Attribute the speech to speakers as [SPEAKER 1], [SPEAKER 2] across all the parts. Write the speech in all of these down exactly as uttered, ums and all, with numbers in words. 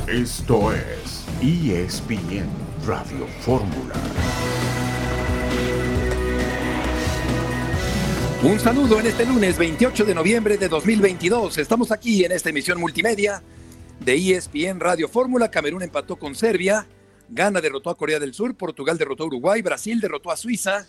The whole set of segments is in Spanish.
[SPEAKER 1] Esto es E S P N Radio Fórmula.
[SPEAKER 2] Un saludo en este lunes veintiocho de noviembre de dos mil veintidós. Estamos aquí en esta emisión multimedia de E S P N Radio Fórmula. Camerún empató con Serbia, Ghana derrotó a Corea del Sur, Portugal derrotó a Uruguay, Brasil derrotó a Suiza.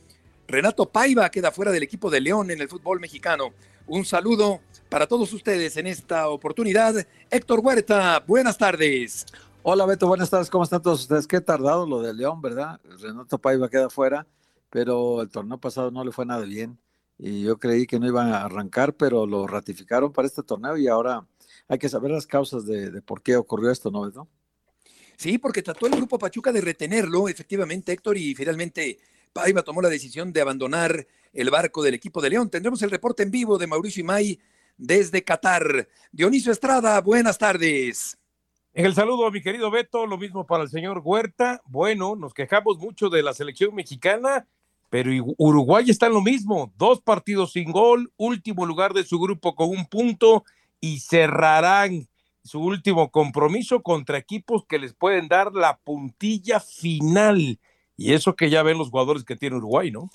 [SPEAKER 2] Renato Paiva queda fuera del equipo de León en el fútbol mexicano. Un saludo para todos ustedes en esta oportunidad. Héctor Huerta, buenas tardes.
[SPEAKER 3] Hola Beto, buenas tardes, ¿cómo están todos ustedes? Qué tardado lo de León, ¿verdad? Renato Paiva queda fuera, pero el torneo pasado no le fue nada bien y yo creí que no iban a arrancar, pero lo ratificaron para este torneo y ahora hay que saber las causas de, de por qué ocurrió esto, ¿no, Beto?
[SPEAKER 2] Sí, porque trató el grupo Pachuca de retenerlo, efectivamente, Héctor, y finalmente Paiva tomó la decisión de abandonar el barco del equipo de León. Tendremos el reporte en vivo de Mauricio Imay desde Qatar. Dionisio Estrada, buenas tardes.
[SPEAKER 4] En el saludo, mi querido Beto, lo mismo para el señor Huerta. Bueno, nos quejamos mucho de la selección mexicana, pero Uruguay está en lo mismo. Dos partidos sin gol, último lugar de su grupo con un punto y cerrarán su último compromiso contra equipos que les pueden dar la puntilla final. Y eso que ya ven los jugadores que tiene Uruguay, ¿no?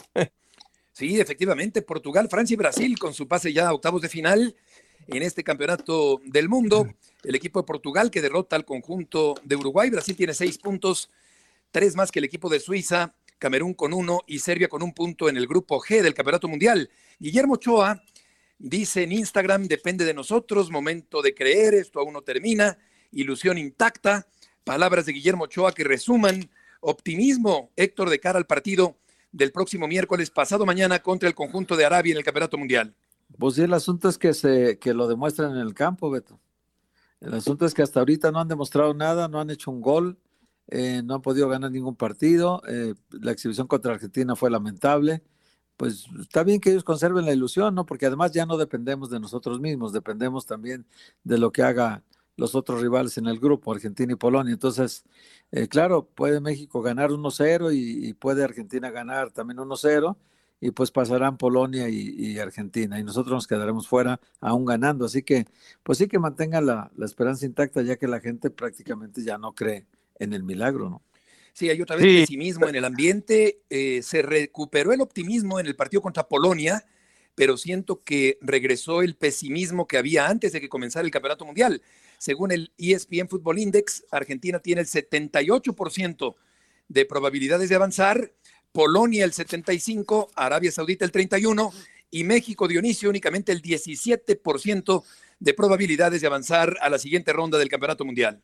[SPEAKER 2] Sí, efectivamente, Portugal, Francia y Brasil con su pase ya a octavos de final en este campeonato del mundo. El equipo de Portugal que derrota al conjunto de Uruguay. Brasil tiene seis puntos, tres más que el equipo de Suiza, Camerún con uno y Serbia con un punto en el grupo G del campeonato mundial. Guillermo Ochoa dice en Instagram, depende de nosotros, momento de creer, esto aún no termina, ilusión intacta. Palabras de Guillermo Ochoa que resuman optimismo, Héctor, de cara al partido del próximo miércoles, pasado mañana, contra el conjunto de Arabia en el campeonato mundial.
[SPEAKER 3] Pues sí, el asunto es que, se, que lo demuestran en el campo, Beto. El asunto es que hasta ahorita no han demostrado nada, no han hecho un gol, eh, no han podido ganar ningún partido, eh, la exhibición contra Argentina fue lamentable. Pues está bien que ellos conserven la ilusión, ¿no? Porque además ya no dependemos de nosotros mismos, dependemos también de lo que haga los otros rivales en el grupo, Argentina y Polonia. Entonces, eh, claro, puede México ganar uno cero y, y puede Argentina ganar también uno cero y pues pasarán Polonia y, y Argentina y nosotros nos quedaremos fuera aún ganando. Así que, pues sí que mantengan la, la esperanza intacta ya que la gente prácticamente ya no cree en el milagro, ¿no?
[SPEAKER 2] Sí, hay otra vez sí. pesimismo en el ambiente. Eh, se recuperó el optimismo en el partido contra Polonia, pero siento que regresó el pesimismo que había antes de que comenzara el campeonato mundial. Según el E S P N Football Index, Argentina tiene el setenta y ocho por ciento de probabilidades de avanzar, Polonia el setenta y cinco por ciento, Arabia Saudita el treinta y uno por ciento y México, Dionisio, únicamente el diecisiete por ciento de probabilidades de avanzar a la siguiente ronda del campeonato mundial.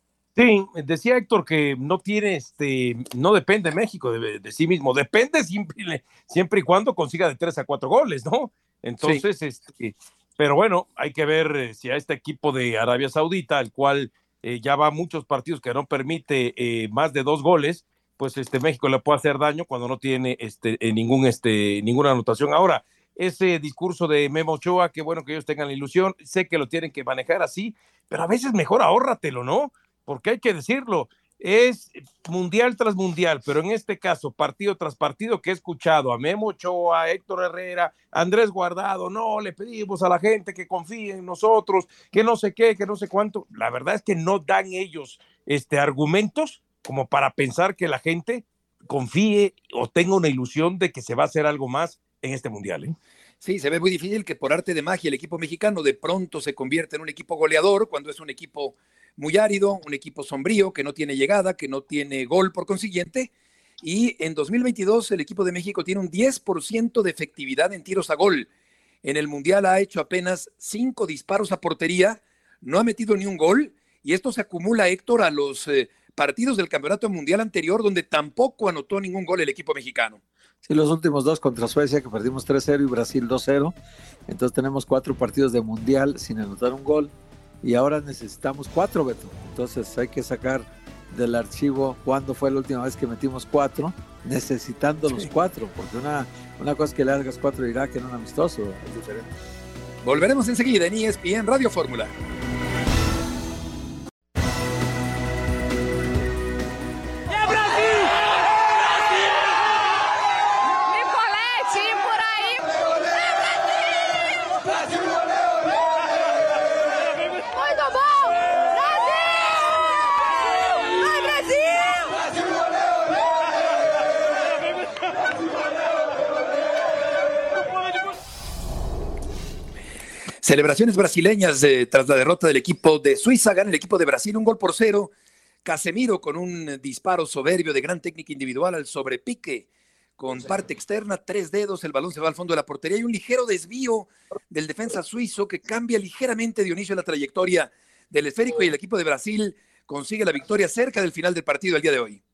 [SPEAKER 4] Sí, decía Héctor que no tiene, este, no depende México de, de sí mismo, depende siempre, siempre y cuando consiga de tres a cuatro goles, ¿no? Entonces, sí. este, pero bueno, hay que ver eh, si a este equipo de Arabia Saudita, al cual eh, ya va muchos partidos que no permite eh, más de dos goles, pues este México le puede hacer daño cuando no tiene este, eh, ningún, este, ninguna anotación. Ahora, ese discurso de Memo Ochoa, que bueno que ellos tengan la ilusión, sé que lo tienen que manejar así, pero a veces mejor ahórratelo, ¿no? Porque hay que decirlo, es mundial tras mundial, pero en este caso, partido tras partido que he escuchado a Memo Ochoa, a Héctor Herrera, a Andrés Guardado, no, le pedimos a la gente que confíe en nosotros, que no sé qué, que no sé cuánto. La verdad es que no dan ellos este, argumentos como para pensar que la gente confíe o tenga una ilusión de que se va a hacer algo más en este mundial, ¿eh?
[SPEAKER 2] Sí, se ve muy difícil que por arte de magia el equipo mexicano de pronto se convierta en un equipo goleador cuando es un equipo muy árido, un equipo sombrío, que no tiene llegada, que no tiene gol por consiguiente. Y en dos mil veintidós el equipo de México tiene un diez por ciento de efectividad en tiros a gol. En el Mundial ha hecho apenas cinco disparos a portería, no ha metido ni un gol, y esto se acumula, Héctor, a los eh, partidos del Campeonato Mundial anterior, donde tampoco anotó ningún gol el equipo mexicano.
[SPEAKER 3] Sí, los últimos dos contra Suecia, que perdimos tres cero, y Brasil dos cero. Entonces tenemos cuatro partidos de Mundial sin anotar un gol. Y ahora necesitamos cuatro, Beto. Entonces hay que sacar del archivo cuándo fue la última vez que metimos cuatro, necesitando los sí. cuatro, porque una, una cosa es que le hagas cuatro a Irak en un amistoso, es diferente.
[SPEAKER 2] Volveremos enseguida en E S P N Radio Fórmula.
[SPEAKER 5] Muito bom! Brasil!
[SPEAKER 2] Celebraciones brasileñas eh, tras la derrota del equipo de Suiza. Gana el equipo de Brasil un gol por cero. Casemiro con un disparo soberbio de gran técnica individual al sobrepique con parte externa, tres dedos, el balón se va al fondo de la portería y un ligero desvío del defensa suizo que cambia ligeramente, Dionisio, la trayectoria del esférico, y el equipo de Brasil consigue la victoria cerca del final del partido el día de hoy.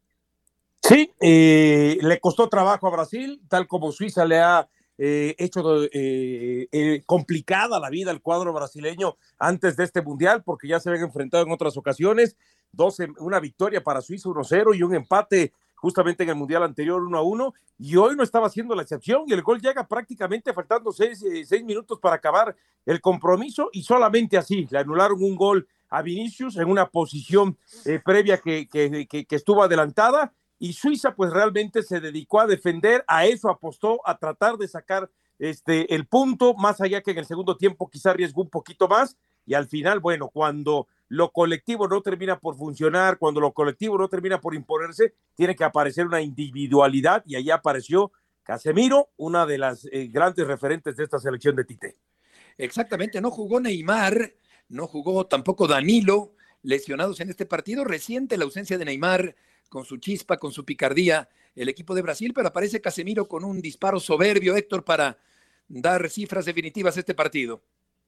[SPEAKER 4] Sí, eh, le costó trabajo a Brasil, tal como Suiza le ha eh, hecho eh, eh, complicada la vida al cuadro brasileño antes de este mundial, porque ya se habían enfrentado en otras ocasiones, dos, una victoria para Suiza uno cero y un empate justamente en el mundial anterior uno a uno, y hoy no estaba haciendo la excepción, y el gol llega prácticamente faltando seis, eh, seis minutos para acabar el compromiso, y solamente así le anularon un gol a Vinicius en una posición eh, previa que, que, que, que estuvo adelantada, y Suiza pues realmente se dedicó a defender, a eso apostó, a tratar de sacar este, el punto, más allá que en el segundo tiempo quizá arriesgó un poquito más, y al final, bueno, cuando lo colectivo no termina por funcionar, cuando lo colectivo no termina por imponerse, tiene que aparecer una individualidad, y ahí apareció Casemiro, una de las eh, grandes referentes de esta selección de Tite.
[SPEAKER 2] Exactamente, no jugó Neymar, no jugó tampoco Danilo, lesionados en este partido. Reciente la ausencia de Neymar, con su chispa, con su picardía, el equipo de Brasil, pero aparece Casemiro con un disparo soberbio, Héctor, para dar cifras definitivas a este partido.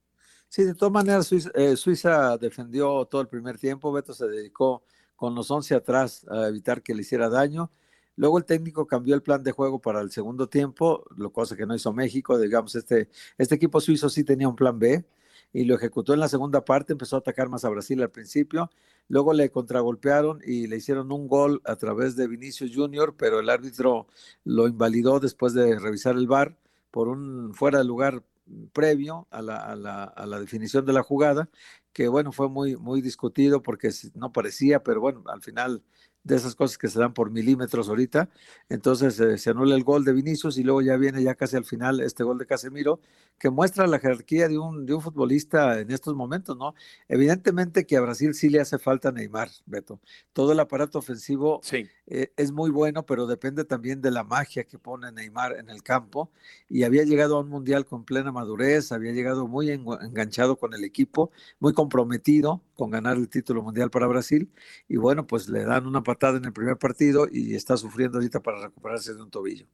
[SPEAKER 3] Sí, de todas maneras, Suiza, eh, Suiza defendió todo el primer tiempo. Beto se dedicó con los once atrás a evitar que le hiciera daño. Luego el técnico cambió el plan de juego para el segundo tiempo, lo cosa que no hizo México. Digamos, este, este equipo suizo sí tenía un plan B y lo ejecutó en la segunda parte. Empezó a atacar más a Brasil al principio, luego le contragolpearon y le hicieron un gol a través de Vinicius Junior, pero el árbitro lo invalidó después de revisar el V A R por un fuera de lugar previo a la, a, la, a la definición de la jugada, que bueno, fue muy, muy discutido porque no parecía, pero bueno, al final de esas cosas que se dan por milímetros ahorita, entonces eh, se anula el gol de Vinicius y luego ya viene ya casi al final este gol de Casemiro, que muestra la jerarquía de un, de un futbolista en estos momentos, ¿no? Evidentemente que a Brasil sí le hace falta Neymar, Beto. Todo el aparato ofensivo
[SPEAKER 2] sí.
[SPEAKER 3] eh, es muy bueno, pero depende también de la magia que pone Neymar en el campo, y había llegado a un mundial con plena madurez, había llegado muy enganchado con el equipo, muy comprometido con ganar el título mundial para Brasil, y bueno, pues le dan una patada en el primer partido y está sufriendo ahorita para recuperarse de un tobillo.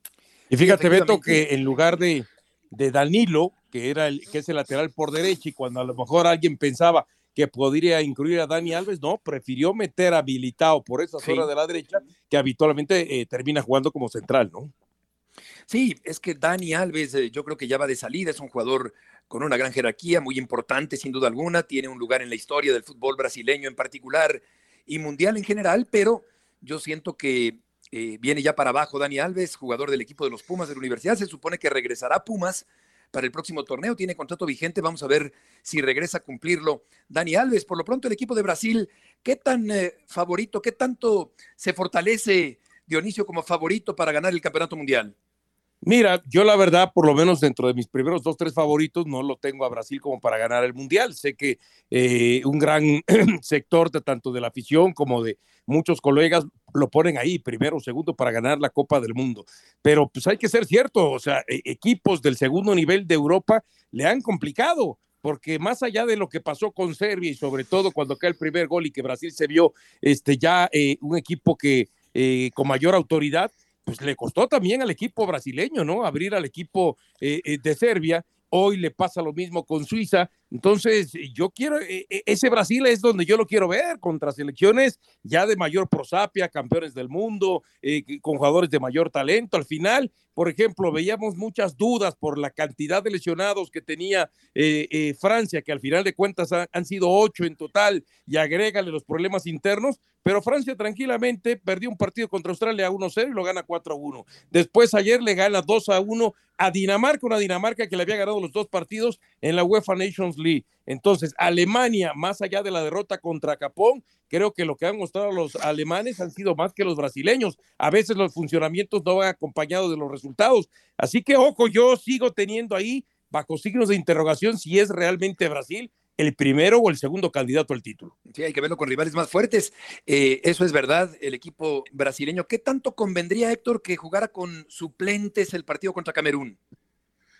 [SPEAKER 4] Y fíjate, Beto, que en lugar de, de Danilo, que era el, que es el lateral por derecha, y cuando a lo mejor alguien pensaba que podría incluir a Dani Alves, no, prefirió meter a Militao por esa zona sí. de la derecha, que habitualmente eh, termina jugando como central, ¿no?
[SPEAKER 2] Sí, es que Dani Alves eh, yo creo que ya va de salida, es un jugador con una gran jerarquía, muy importante sin duda alguna, tiene un lugar en la historia del fútbol brasileño en particular y mundial en general, pero yo siento que eh, viene ya para abajo Dani Alves, jugador del equipo de los Pumas de la Universidad, se supone que regresará a Pumas para el próximo torneo, tiene contrato vigente, vamos a ver si regresa a cumplirlo Dani Alves. Por lo pronto el equipo de Brasil, ¿qué tan eh, favorito, qué tanto se fortalece Dionisio como favorito para ganar el campeonato mundial?
[SPEAKER 4] Mira, yo la verdad, por lo menos dentro de mis primeros dos, tres favoritos, no lo tengo a Brasil como para ganar el Mundial. Sé que eh, un gran sector de tanto de la afición como de muchos colegas lo ponen ahí, primero o segundo, para ganar la Copa del Mundo. Pero pues hay que ser cierto, o sea, eh, equipos del segundo nivel de Europa le han complicado, porque más allá de lo que pasó con Serbia y sobre todo cuando cae el primer gol y que Brasil se vio este, ya eh, un equipo que eh, con mayor autoridad, pues le costó también al equipo brasileño, ¿no? Abrir al equipo eh, eh, de Serbia. Hoy le pasa lo mismo con Suiza. Entonces, yo quiero, eh, ese Brasil es donde yo lo quiero ver, contra selecciones ya de mayor prosapia, campeones del mundo, eh, con jugadores de mayor talento. Al final, por ejemplo, veíamos muchas dudas por la cantidad de lesionados que tenía eh, eh, Francia, que al final de cuentas han, han sido ocho en total, y agrégale los problemas internos, pero Francia tranquilamente perdió un partido contra Australia uno cero y lo gana cuatro a uno. Después ayer le gana dos a uno a Dinamarca, una Dinamarca que le había ganado los dos partidos en la UEFA Nations League. Entonces, Alemania, más allá de la derrota contra Japón, creo que lo que han mostrado los alemanes han sido más que los brasileños. A veces los funcionamientos no van acompañados de los resultados. Así que, ojo, yo sigo teniendo ahí, bajo signos de interrogación, si es realmente Brasil el primero o el segundo candidato al título.
[SPEAKER 2] Sí, hay que verlo con rivales más fuertes. Eh, eso es verdad, el equipo brasileño. ¿Qué tanto convendría, Héctor, que jugara con suplentes el partido contra Camerún?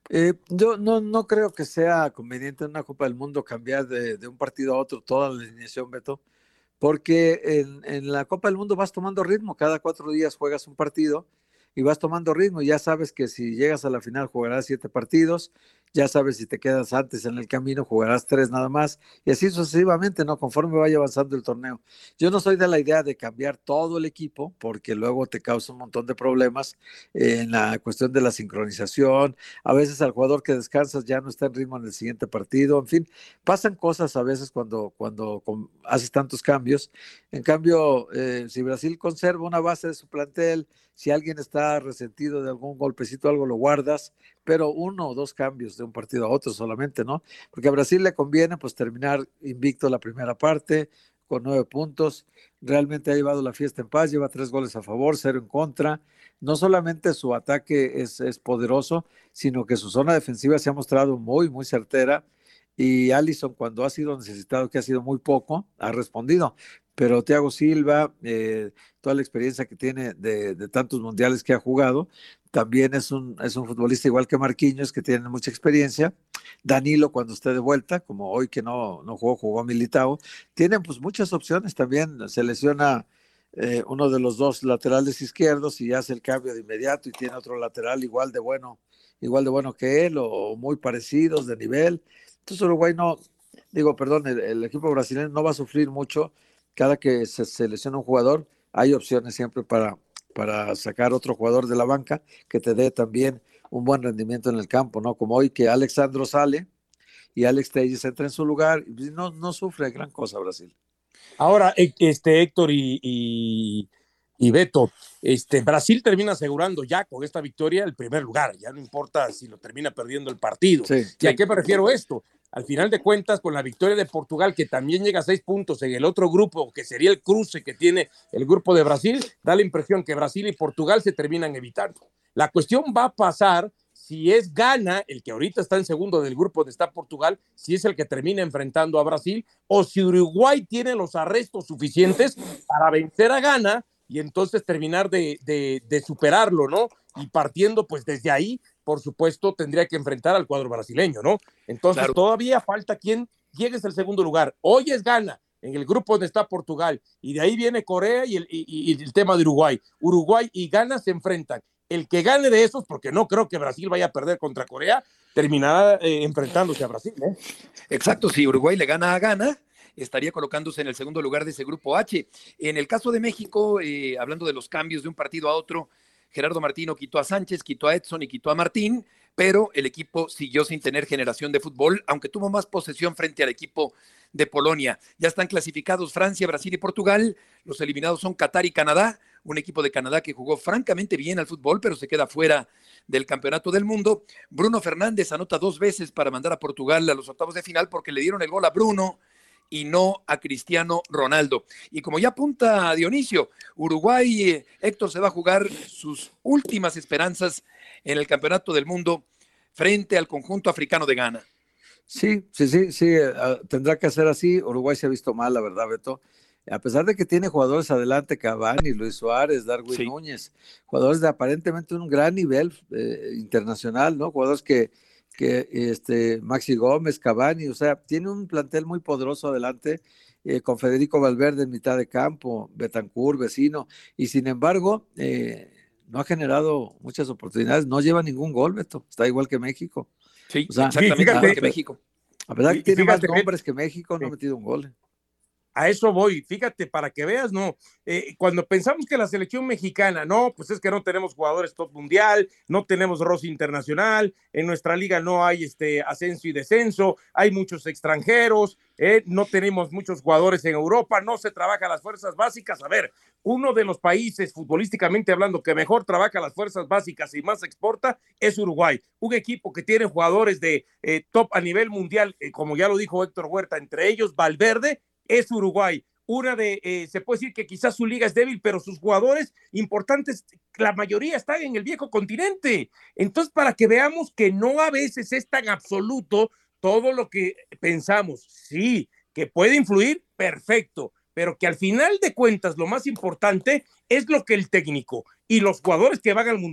[SPEAKER 3] Eh, yo no, no creo que sea conveniente en una Copa del Mundo cambiar de, de un partido a otro toda la alineación, Beto, porque en, en la Copa del Mundo vas tomando ritmo, cada cuatro días juegas un partido y vas tomando ritmo, y ya sabes que si llegas a la final jugarás siete partidos, ya sabes si te quedas antes en el camino jugarás tres nada más, y así sucesivamente, ¿no? Conforme vaya avanzando el torneo. Yo no soy de la idea de cambiar todo el equipo, porque luego te causa un montón de problemas en la cuestión de la sincronización, a veces al jugador que descansas ya no está en ritmo en el siguiente partido, en fin, pasan cosas a veces cuando, cuando con, haces tantos cambios. En cambio, eh, si Brasil conserva una base de su plantel, si alguien está resentido de algún golpecito, algo lo guardas, pero uno o dos cambios de un partido a otro solamente, ¿no? Porque a Brasil le conviene pues terminar invicto la primera parte, con nueve puntos, realmente ha llevado la fiesta en paz, lleva tres goles a favor, cero en contra. No solamente su ataque es, es poderoso, sino que su zona defensiva se ha mostrado muy, muy certera, y Alisson, cuando ha sido necesitado, que ha sido muy poco, ha respondido. Pero Thiago Silva, eh, toda la experiencia que tiene de, de tantos mundiales que ha jugado, también es un, es un futbolista igual que Marquinhos, que tiene mucha experiencia. Danilo, cuando esté de vuelta, como hoy que no, no jugó, jugó a Militao, tienen pues muchas opciones también. Se lesiona eh, uno de los dos laterales izquierdos y hace el cambio de inmediato, y tiene otro lateral igual de bueno, igual de bueno que él, o muy parecidos de nivel. Entonces Uruguay no, digo, perdón, el, el equipo brasileño no va a sufrir mucho. Cada que se selecciona un jugador, hay opciones siempre para, para sacar otro jugador de la banca que te dé también un buen rendimiento en el campo, ¿no? Como hoy que Alexandro sale y Alex Telles entra en su lugar, y no, no sufre gran cosa Brasil.
[SPEAKER 4] Ahora, este Héctor y, y, y Beto, este, Brasil termina asegurando ya con esta victoria el primer lugar, ya no importa si lo termina perdiendo el partido.
[SPEAKER 3] Sí,
[SPEAKER 4] ¿Y
[SPEAKER 3] sí.
[SPEAKER 4] a qué me refiero esto? Al final de cuentas, con la victoria de Portugal, que también llega a seis puntos en el otro grupo, que sería el cruce que tiene el grupo de Brasil, da la impresión que Brasil y Portugal se terminan evitando. La cuestión va a pasar si es Ghana, el que ahorita está en segundo del grupo donde está Portugal, si es el que termina enfrentando a Brasil, o si Uruguay tiene los arrestos suficientes para vencer a Ghana y entonces terminar de, de, de superarlo, ¿no? Y partiendo pues desde ahí, por supuesto, tendría que enfrentar al cuadro brasileño, ¿no? Entonces claro, todavía falta quien llegue al segundo lugar. Hoy es Ghana, en el grupo donde está Portugal, y de ahí viene Corea y el, y, y el tema de Uruguay. Uruguay y Ghana se enfrentan. El que gane de esos, porque no creo que Brasil vaya a perder contra Corea, terminará eh, enfrentándose a Brasil, ¿eh?
[SPEAKER 2] Exacto, si Uruguay le gana a Ghana, estaría colocándose en el segundo lugar de ese grupo H. En el caso de México, eh, hablando de los cambios de un partido a otro, Gerardo Martino quitó a Sánchez, quitó a Edson y quitó a Martín, pero el equipo siguió sin tener generación de fútbol, aunque tuvo más posesión frente al equipo de Polonia. Ya están clasificados Francia, Brasil y Portugal. Los eliminados son Qatar y Canadá, un equipo de Canadá que jugó francamente bien al fútbol, pero se queda fuera del campeonato del mundo. Bruno Fernández anota dos veces para mandar a Portugal a los octavos de final porque le dieron el gol a Bruno y no a Cristiano Ronaldo. Y como ya apunta Dionisio, Uruguay, eh, Héctor, se va a jugar sus últimas esperanzas en el campeonato del mundo frente al conjunto africano de Ghana.
[SPEAKER 3] Sí, sí, sí, sí, uh, tendrá que ser así. Uruguay se ha visto mal, la verdad, Beto. A pesar de que tiene jugadores adelante, Cavani, Luis Suárez, Darwin sí. Núñez, jugadores de aparentemente un gran nivel eh, internacional, ¿no? Jugadores que, que este, Maxi Gómez, Cavani, o sea, tiene un plantel muy poderoso adelante, eh, con Federico Valverde en mitad de campo, Betancur, Vecino, y sin embargo, eh, no ha generado muchas oportunidades, no lleva ningún gol, Beto, está igual que México.
[SPEAKER 2] Sí,
[SPEAKER 3] o sea,
[SPEAKER 2] exactamente igual que México.
[SPEAKER 3] A pesar que tiene
[SPEAKER 4] fíjate,
[SPEAKER 3] más nombres que México, no ha metido un gol.
[SPEAKER 4] A eso voy, fíjate, para que veas, no, eh, cuando pensamos que la selección mexicana, no, pues es que no tenemos jugadores top mundial, no tenemos roce internacional, en nuestra liga no hay este ascenso y descenso, hay muchos extranjeros, eh, no tenemos muchos jugadores en Europa, no se trabaja las fuerzas básicas. A ver, uno de los países futbolísticamente hablando que mejor trabaja las fuerzas básicas y más exporta es Uruguay, un equipo que tiene jugadores de eh, top a nivel mundial, eh, como ya lo dijo Héctor Huerta, entre ellos Valverde, es Uruguay, una de, eh, se puede decir que quizás su liga es débil, pero sus jugadores importantes, la mayoría están en el viejo continente. Entonces, para que veamos que no a veces es tan absoluto todo lo que pensamos, sí, que puede influir, perfecto, pero que al final de cuentas lo más importante es lo que el técnico y los jugadores que van al mundial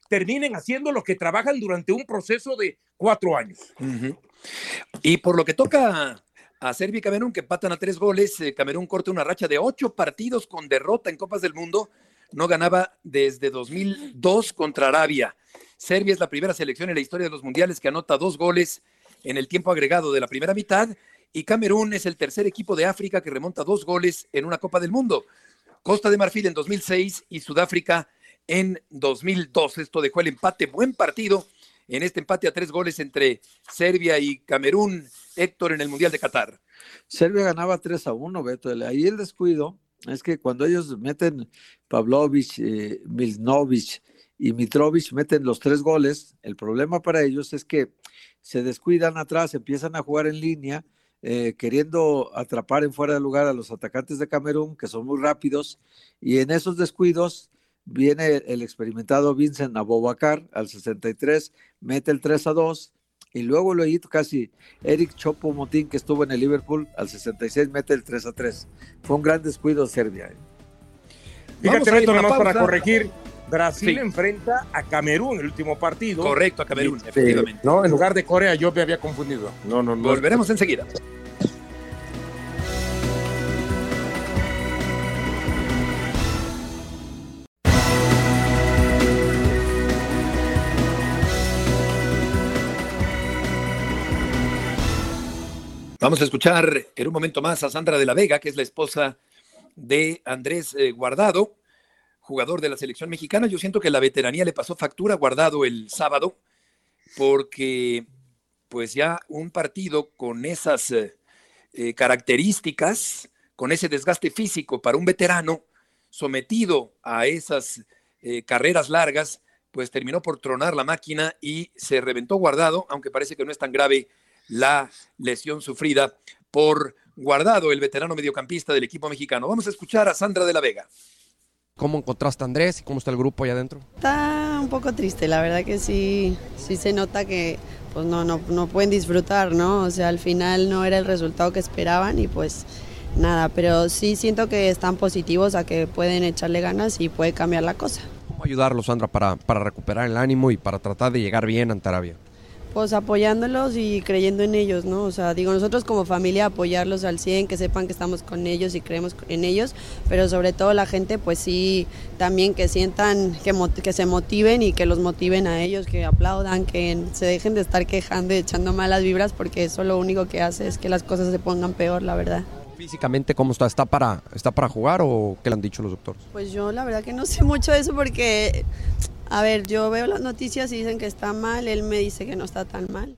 [SPEAKER 4] terminen haciendo lo que trabajan durante un proceso de cuatro años.
[SPEAKER 2] Uh-huh. Y por lo que toca a Serbia y Camerún, que empatan a tres goles, eh, Camerún corta una racha de ocho partidos con derrota en Copas del Mundo. No ganaba desde dos mil dos contra Arabia. Serbia es la primera selección en la historia de los mundiales que anota dos goles en el tiempo agregado de la primera mitad, y Camerún es el tercer equipo de África que remonta dos goles en una Copa del Mundo. Costa de Marfil en dos mil seis y Sudáfrica en dos mil dos. Esto dejó el empate, buen partido en este empate a tres goles entre Serbia y Camerún, Héctor, en el Mundial de Qatar.
[SPEAKER 3] Serbia ganaba tres a uno, Beto. Ahí el descuido es que cuando ellos meten Pavlovic, eh, Milnovic y Mitrovic, meten los tres goles, el problema para ellos es que se descuidan atrás, empiezan a jugar en línea, eh, queriendo atrapar en fuera de lugar a los atacantes de Camerún, que son muy rápidos, y en esos descuidos viene el experimentado Vincent Aboubakar al sesenta y tres, mete el tres a dos, y luego lo hizo casi Eric Choupo-Moting, que estuvo en el Liverpool, al sesenta y seis mete el tres a tres. Fue un gran descuido de Serbia. ¿eh?
[SPEAKER 4] Fíjate, Beto, nomás para corregir, Brasil sí. enfrenta a Camerún el último partido.
[SPEAKER 2] Correcto, a Camerún,
[SPEAKER 4] sí,
[SPEAKER 2] efectivamente.
[SPEAKER 4] No, en lugar de Corea, yo me había confundido. No, no, no.
[SPEAKER 2] Volveremos enseguida. Vamos a escuchar en un momento más a Sandra de la Vega, que es la esposa de Andrés eh, Guardado, jugador de la selección mexicana. Yo siento que la veteranía le pasó factura a Guardado el sábado, porque pues ya un partido con esas eh, eh, características, con ese desgaste físico para un veterano sometido a esas eh, carreras largas, pues terminó por tronar la máquina y se reventó Guardado, aunque parece que no es tan grave la lesión sufrida por Guardado, el veterano mediocampista del equipo mexicano. Vamos a escuchar a Sandra de la Vega.
[SPEAKER 5] ¿Cómo encontraste a Andrés y cómo está el grupo allá adentro?
[SPEAKER 6] Está un poco triste, la verdad que sí, sí se nota que pues no, no, no pueden disfrutar, ¿no? O sea, al final no era el resultado que esperaban y pues nada, pero sí siento que están positivos a que pueden echarle ganas y puede cambiar la cosa.
[SPEAKER 5] ¿Cómo ayudarlos, Sandra, para, para recuperar el ánimo y para tratar de llegar bien ante Arabia?
[SPEAKER 6] Pues apoyándolos y creyendo en ellos, ¿no? O sea, digo, nosotros como familia apoyarlos al cien, que sepan que estamos con ellos y creemos en ellos, pero sobre todo la gente, pues sí, también que sientan, que, que se motiven y que los motiven a ellos, que aplaudan, que se dejen de estar quejando y echando malas vibras, porque eso lo único que hace es que las cosas se pongan peor, la verdad.
[SPEAKER 5] Físicamente, ¿cómo está? ¿Está para, está para jugar o qué le han dicho los doctores?
[SPEAKER 6] Pues yo la verdad que no sé mucho de eso porque... A ver, yo veo las noticias y dicen que está mal, él me dice que no está tan mal.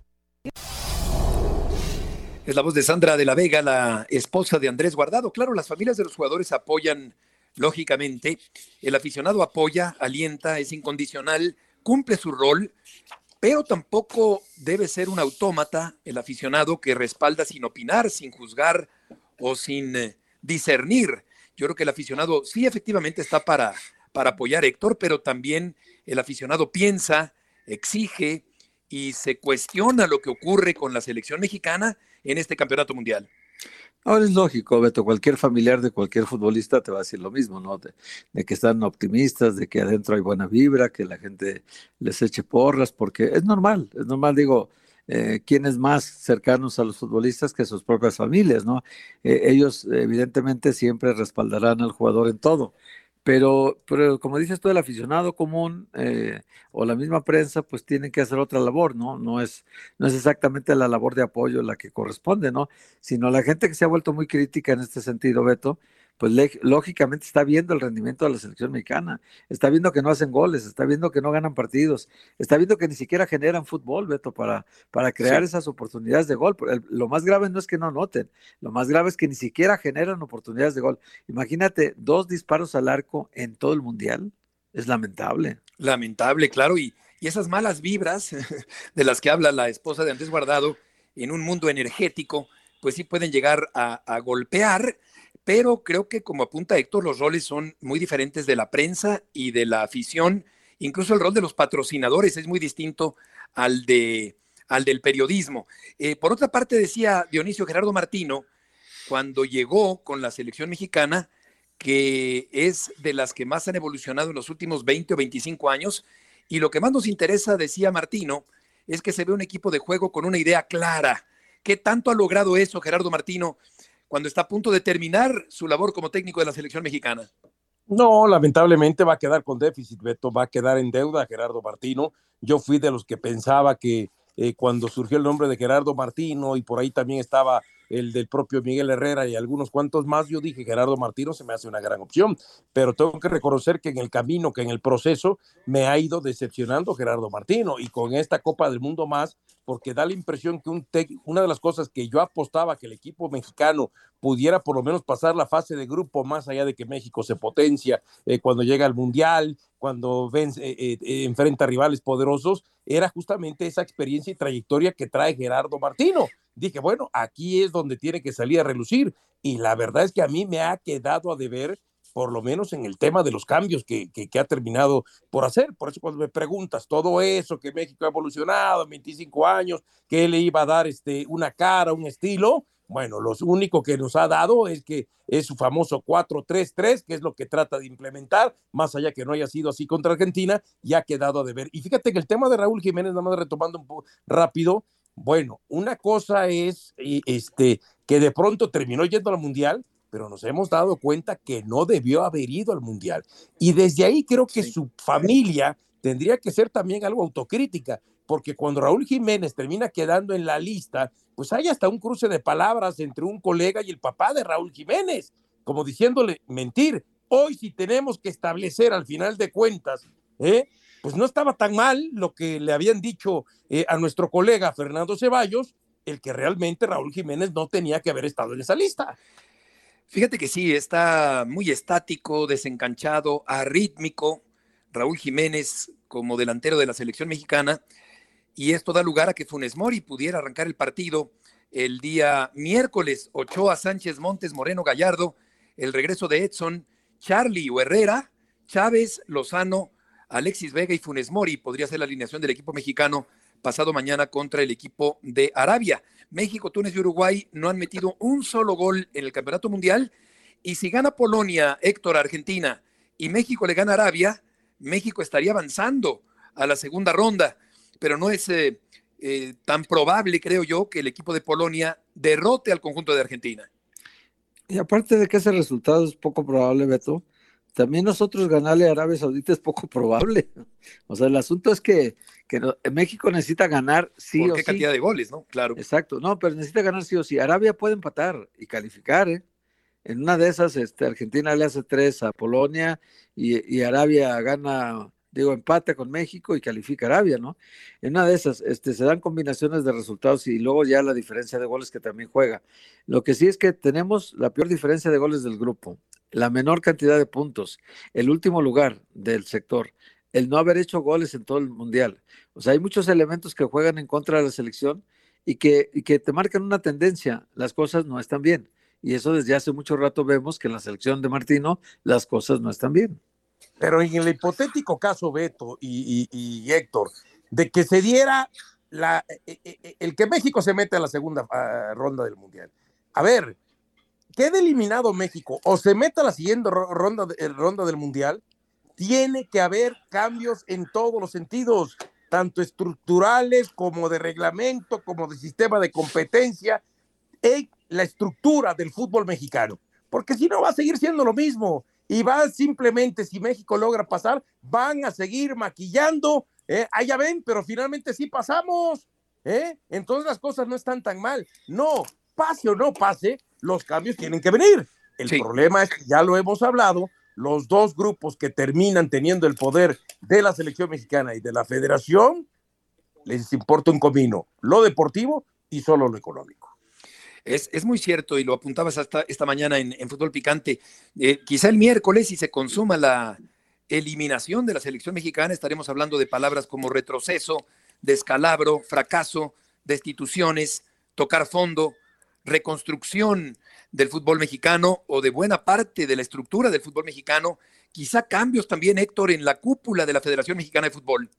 [SPEAKER 2] Es la voz de Sandra de la Vega, la esposa de Andrés Guardado. Claro, las familias de los jugadores apoyan, lógicamente. El aficionado apoya, alienta, es incondicional, cumple su rol, pero tampoco debe ser un autómata el aficionado que respalda sin opinar, sin juzgar o sin eh, discernir. Yo creo que el aficionado sí efectivamente está para, para apoyar a Héctor, pero también el aficionado piensa, exige y se cuestiona lo que ocurre con la selección mexicana en este campeonato mundial.
[SPEAKER 3] Ahora es lógico, Beto, cualquier familiar de cualquier futbolista te va a decir lo mismo, ¿no? De, de que están optimistas, de que adentro hay buena vibra, que la gente les eche porras, porque es normal, es normal, digo, eh, ¿quiénes más cercanos a los futbolistas que sus propias familias, ¿no? Eh, ellos evidentemente siempre respaldarán al jugador en todo. Pero, pero como dices tú, el aficionado común eh, o la misma prensa, pues tienen que hacer otra labor, ¿no? No es, no es exactamente la labor de apoyo la que corresponde, ¿no? Sino la gente que se ha vuelto muy crítica en este sentido, Beto, pues le, lógicamente está viendo el rendimiento de la selección mexicana, está viendo que no hacen goles, está viendo que no ganan partidos, está viendo que ni siquiera generan fútbol, Beto, para, para crear sí. esas oportunidades de gol. El, lo más grave no es que no anoten, lo más grave es que ni siquiera generan oportunidades de gol. Imagínate, dos disparos al arco en todo el mundial, es lamentable.
[SPEAKER 2] Lamentable, claro, y, y esas malas vibras de las que habla la esposa de Andrés Guardado en un mundo energético, pues sí pueden llegar a, a golpear. Pero creo que, como apunta Héctor, los roles son muy diferentes de la prensa y de la afición. Incluso el rol de los patrocinadores es muy distinto al, de, al del periodismo. Eh, por otra parte, decía Dionisio Gerardo Martino, cuando llegó con la selección mexicana, que es de las que más han evolucionado en los últimos veinte o veinticinco años, Y lo que más nos interesa, decía Martino, es que se ve un equipo de juego con una idea clara. ¿Qué tanto ha logrado eso Gerardo Martino cuando está a punto de terminar su labor como técnico de la selección mexicana?
[SPEAKER 4] No, lamentablemente va a quedar con déficit, Beto, va a quedar en deuda Gerardo Martino. Yo fui de los que pensaba que eh, cuando surgió el nombre de Gerardo Martino y por ahí también estaba el del propio Miguel Herrera y algunos cuantos más, yo dije Gerardo Martino se me hace una gran opción, pero tengo que reconocer que en el camino, que en el proceso me ha ido decepcionando Gerardo Martino, y con esta Copa del Mundo más, porque da la impresión que un tec, una de las cosas que yo apostaba que el equipo mexicano pudiera por lo menos pasar la fase de grupo, más allá de que México se potencia eh, cuando llega al Mundial, cuando vence, eh, eh, enfrenta rivales poderosos, era justamente esa experiencia y trayectoria que trae Gerardo Martino. Dije, bueno, aquí es donde tiene que salir a relucir, y la verdad es que a mí me ha quedado a deber, por lo menos en el tema de los cambios que, que, que ha terminado por hacer. Por eso cuando me preguntas todo eso, que México ha evolucionado en veinticinco años, que él le iba a dar este, una cara, un estilo, bueno, lo único que nos ha dado es que es su famoso cuatro tres tres, que es lo que trata de implementar, más allá que no haya sido así contra Argentina, y ha quedado a deber. Y fíjate que el tema de Raúl Jiménez, nada más retomando un poco rápido, bueno, una cosa es este, que de pronto terminó yendo al Mundial, pero nos hemos dado cuenta que no debió haber ido al Mundial. Y desde ahí creo que sí, su familia tendría que ser también algo autocrítica, porque cuando Raúl Jiménez termina quedando en la lista, pues hay hasta un cruce de palabras entre un colega y el papá de Raúl Jiménez, como diciéndole, mentir, hoy sí tenemos que establecer al final de cuentas, ¿eh? Pues no estaba tan mal lo que le habían dicho eh, a nuestro colega Fernando Ceballos, el que realmente Raúl Jiménez no tenía que haber estado en esa lista.
[SPEAKER 2] Fíjate que sí, está muy estático, desencanchado, arrítmico Raúl Jiménez como delantero de la selección mexicana, y esto da lugar a que Funes Mori pudiera arrancar el partido el día miércoles. Ochoa, Sánchez, Montes, Moreno, Gallardo, el regreso de Edson, Charlie o Herrera, Chávez, Lozano, Alexis Vega y Funes Mori podría ser la alineación del equipo mexicano pasado mañana contra el equipo de Arabia. México, Túnez y Uruguay no han metido un solo gol en el Campeonato Mundial, y si gana Polonia, Héctor, Argentina, y México le gana a Arabia, México estaría avanzando a la segunda ronda, pero no es eh, eh, tan probable, creo yo, que el equipo de Polonia derrote al conjunto de Argentina.
[SPEAKER 3] Y aparte de que ese resultado es poco probable, Beto, también nosotros ganarle a Arabia Saudita es poco probable. O sea, el asunto es que, que no, México necesita ganar sí o sí.
[SPEAKER 2] ¿Por qué cantidad de goles, no? Claro.
[SPEAKER 3] Exacto, no, pero necesita ganar sí o sí. Arabia puede empatar y calificar, ¿eh? En una de esas, este, Argentina le hace tres a Polonia y, y Arabia gana, digo, empate con México y califica Arabia, ¿no? En una de esas, este, se dan combinaciones de resultados y luego ya la diferencia de goles que también juega. Lo que sí es que tenemos la peor diferencia de goles del grupo, la menor cantidad de puntos, el último lugar del sector, el no haber hecho goles en todo el mundial. O sea, hay muchos elementos que juegan en contra de la selección y que, y que te marcan una tendencia. Las cosas no están bien. Y eso desde hace mucho rato vemos que en la selección de Martino las cosas no están bien.
[SPEAKER 4] Pero en el hipotético caso, Beto y, y, y Héctor, de que se diera la, el que México se mete a la segunda uh, ronda del Mundial. A ver, quede eliminado México o se meta a la siguiente ronda, ronda del Mundial, tiene que haber cambios en todos los sentidos, tanto estructurales como de reglamento, como de sistema de competencia, en la estructura del fútbol mexicano, porque si no va a seguir siendo lo mismo, y va simplemente, si México logra pasar, van a seguir maquillando, eh, ah, ya ven, pero finalmente sí pasamos, ¿eh? Entonces las cosas no están tan mal. No, pase o no pase, los cambios tienen que venir. El sí. problema es que ya lo hemos hablado, los dos grupos que terminan teniendo el poder de la selección mexicana y de la federación, les importa un comino, lo deportivo y solo lo económico.
[SPEAKER 2] Es, es muy cierto, y lo apuntabas hasta esta mañana en, en Fútbol Picante. Eh, quizá el miércoles, si se consuma la eliminación de la selección mexicana, estaremos hablando de palabras como retroceso, descalabro, fracaso, destituciones, tocar fondo, reconstrucción del fútbol mexicano o de buena parte de la estructura del fútbol mexicano. Quizá cambios también, Héctor, en la cúpula de la Federación Mexicana de Fútbol.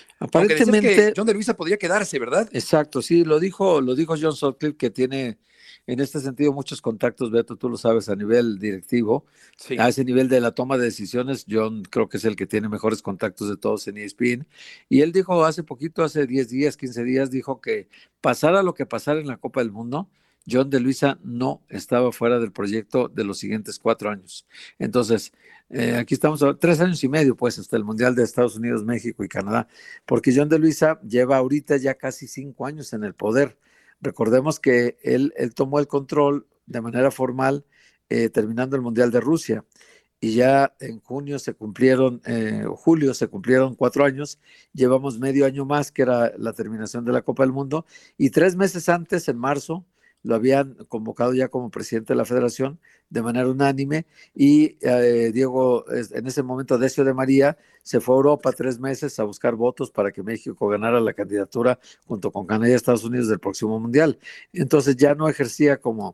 [SPEAKER 3] Aparentemente
[SPEAKER 2] que John de Luisa podría quedarse, ¿verdad?
[SPEAKER 3] Exacto, sí, lo dijo, lo dijo John Sutcliffe, que tiene en este sentido muchos contactos, Beto, tú lo sabes, a nivel directivo.
[SPEAKER 2] Sí.
[SPEAKER 3] A ese nivel de la toma de decisiones, John creo que es el que tiene mejores contactos de todos en E S P N. Y él dijo hace poquito, hace diez días, quince días, dijo que pasara lo que pasara en la Copa del Mundo, John de Luisa no estaba fuera del proyecto de los siguientes cuatro años. Entonces, eh, aquí estamos a tres años y medio, pues, hasta el Mundial de Estados Unidos, México y Canadá, porque John de Luisa lleva ahorita ya casi cinco años en el poder. Recordemos que él, él tomó el control de manera formal eh, terminando el Mundial de Rusia, y ya en junio se cumplieron, eh, julio se cumplieron cuatro años, llevamos medio año más, que era la terminación de la Copa del Mundo, y tres meses antes, en marzo, lo habían convocado ya como presidente de la federación de manera unánime, y eh, Diego, en ese momento Decio de María, se fue a Europa tres meses a buscar votos para que México ganara la candidatura junto con Canadá y Estados Unidos del próximo Mundial. Entonces ya no ejercía como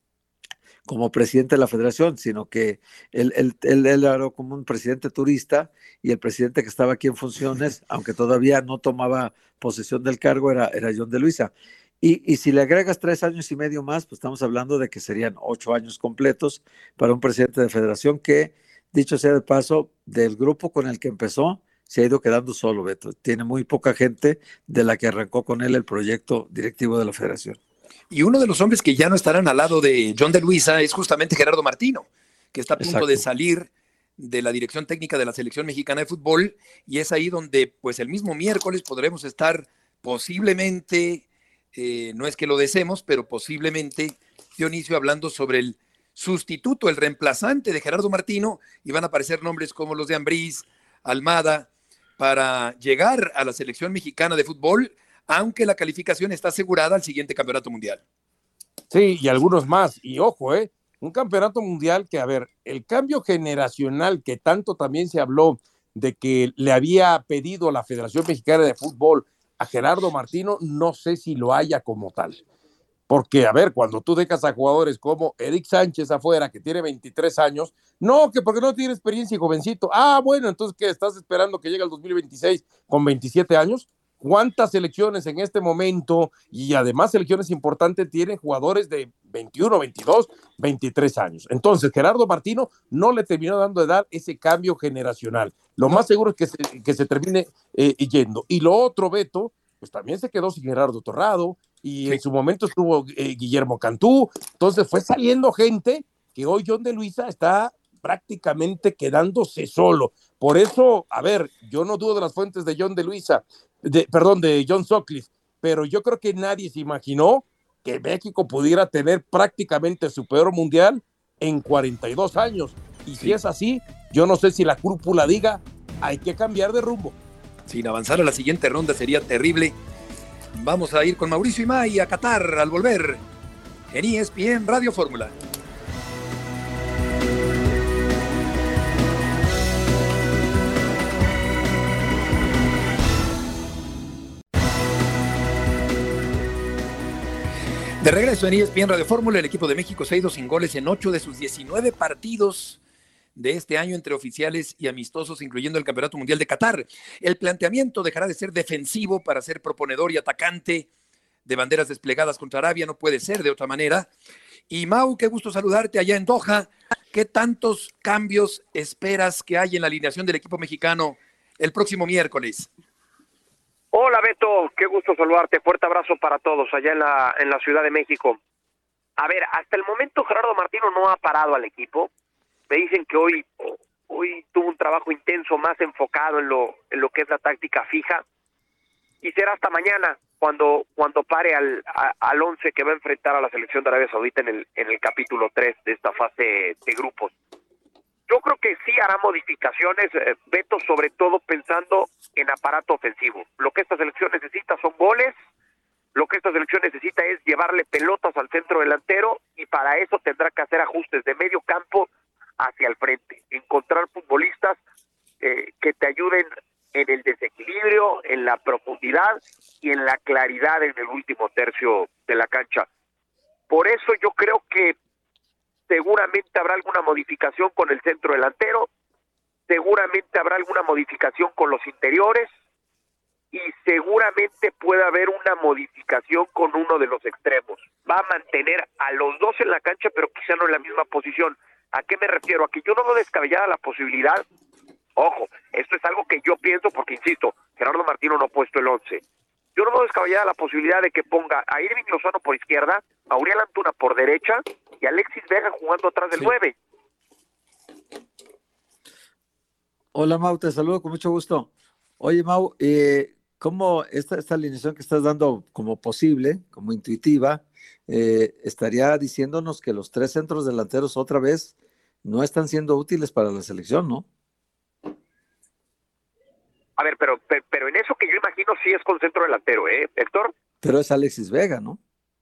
[SPEAKER 3] como presidente de la federación, sino que él, él, él, él era como un presidente turista, y el presidente que estaba aquí en funciones, aunque todavía no tomaba posesión del cargo, era, era John de Luisa. Y, y si le agregas tres años y medio más, pues estamos hablando de que serían ocho años completos para un presidente de federación que, dicho sea de paso, del grupo con el que empezó, se ha ido quedando solo, Beto. Tiene muy poca gente de la que arrancó con él el proyecto directivo de la federación.
[SPEAKER 2] Y uno de los hombres que ya no estarán al lado de John de Luisa es justamente Gerardo Martino, que está a punto
[SPEAKER 3] Exacto.
[SPEAKER 2] de salir de la dirección técnica de la selección mexicana de fútbol, y es ahí donde pues el mismo miércoles podremos estar posiblemente, eh, no es que lo deseemos, pero posiblemente, Dionisio, hablando sobre el sustituto, el reemplazante de Gerardo Martino, y van a aparecer nombres como los de Ambriz, Almada, para llegar a la selección mexicana de fútbol, aunque la calificación está asegurada al siguiente campeonato mundial.
[SPEAKER 4] Sí, y algunos más. Y ojo, ¿eh? Un campeonato mundial que, a ver, el cambio generacional que tanto también se habló de que le había pedido la Federación Mexicana de Fútbol a Gerardo Martino, no sé si lo haya como tal. Porque, a ver, cuando tú dejas a jugadores como Eric Sánchez afuera, que tiene veintitrés años, no, que porque no tiene experiencia y jovencito. Ah, bueno, entonces, ¿qué? ¿Estás esperando que llegue al dos mil veintiséis con veintisiete años? ¿Cuántas selecciones en este momento, y además selecciones importantes, tienen jugadores de veintiuno, veintidós, veintitrés años? Entonces, Gerardo Martino no le terminó dando de dar ese cambio generacional. Lo más seguro es que se, que se termine eh, yendo. Y lo otro, Beto, pues también se quedó sin Gerardo Torrado, y sí, en su momento estuvo eh, Guillermo Cantú. Entonces fue saliendo gente que hoy John de Luisa está prácticamente quedándose solo. Por eso, a ver, yo no dudo de las fuentes de John de Luisa, de, perdón, de John Sutcliffe, pero yo creo que nadie se imaginó que México pudiera tener prácticamente su peor mundial en cuarenta y dos años. Y sí, si es así, yo no sé si la cúpula diga, hay que cambiar de rumbo.
[SPEAKER 2] Sin avanzar a la siguiente ronda sería terrible. Vamos a ir con Mauricio Imay a Qatar al volver en E S P N Radio Fórmula. De regreso en E S P N Radio Fórmula, el equipo de México se ha ido sin goles en ocho de sus diecinueve partidos de este año entre oficiales y amistosos, incluyendo el Campeonato Mundial de Qatar. El planteamiento dejará de ser defensivo para ser proponedor y atacante de banderas desplegadas contra Arabia, no puede ser de otra manera. Y Mau, qué gusto saludarte allá en Doha. ¿Qué tantos cambios esperas que hay en la alineación del equipo mexicano el próximo miércoles?
[SPEAKER 7] Hola Beto, qué gusto saludarte, fuerte abrazo para todos allá en la, en la Ciudad de México. A ver, hasta el momento Gerardo Martino no ha parado al equipo. Me dicen que hoy, hoy tuvo un trabajo intenso, más enfocado en lo, en lo que es la táctica fija, y será hasta mañana cuando, cuando pare al, a, al once que va a enfrentar a la selección de Arabia Saudita en el, en el capítulo tres de esta fase de grupos. Yo creo que sí hará modificaciones, eh, Beto, sobre todo pensando en aparato ofensivo. Lo que esta selección necesita son goles, lo que esta selección necesita es llevarle pelotas al centro delantero, y para eso tendrá que hacer ajustes de medio campo hacia el frente, encontrar futbolistas eh, que te ayuden en el desequilibrio, en la profundidad y en la claridad en el último tercio de la cancha. Por eso yo creo que seguramente habrá alguna modificación con el centro delantero, seguramente habrá alguna modificación con los interiores, y seguramente puede haber una modificación con uno de los extremos. Va a mantener a los dos en la cancha, pero quizá no en la misma posición. ¿A qué me refiero? A que yo no veo descabellada la posibilidad. Ojo, esto es algo que yo pienso porque, insisto, Gerardo Martino no ha puesto el once. Yo no veo descabellada la posibilidad de que ponga a Irving Lozano por izquierda, a Uriel Antuna por derecha y a Alexis Vega jugando atrás del
[SPEAKER 2] Sí.
[SPEAKER 7] nueve.
[SPEAKER 3] Hola Mau, te saludo con mucho gusto. Oye Mau, eh, ¿cómo esta, esta alineación que estás dando como posible, como intuitiva, eh, estaría diciéndonos que los tres centros delanteros otra vez no están siendo útiles para la selección, ¿no?
[SPEAKER 7] A ver, pero, pero pero en eso que yo imagino sí es con centro delantero, ¿eh, Héctor?
[SPEAKER 3] Pero es Alexis Vega, ¿no?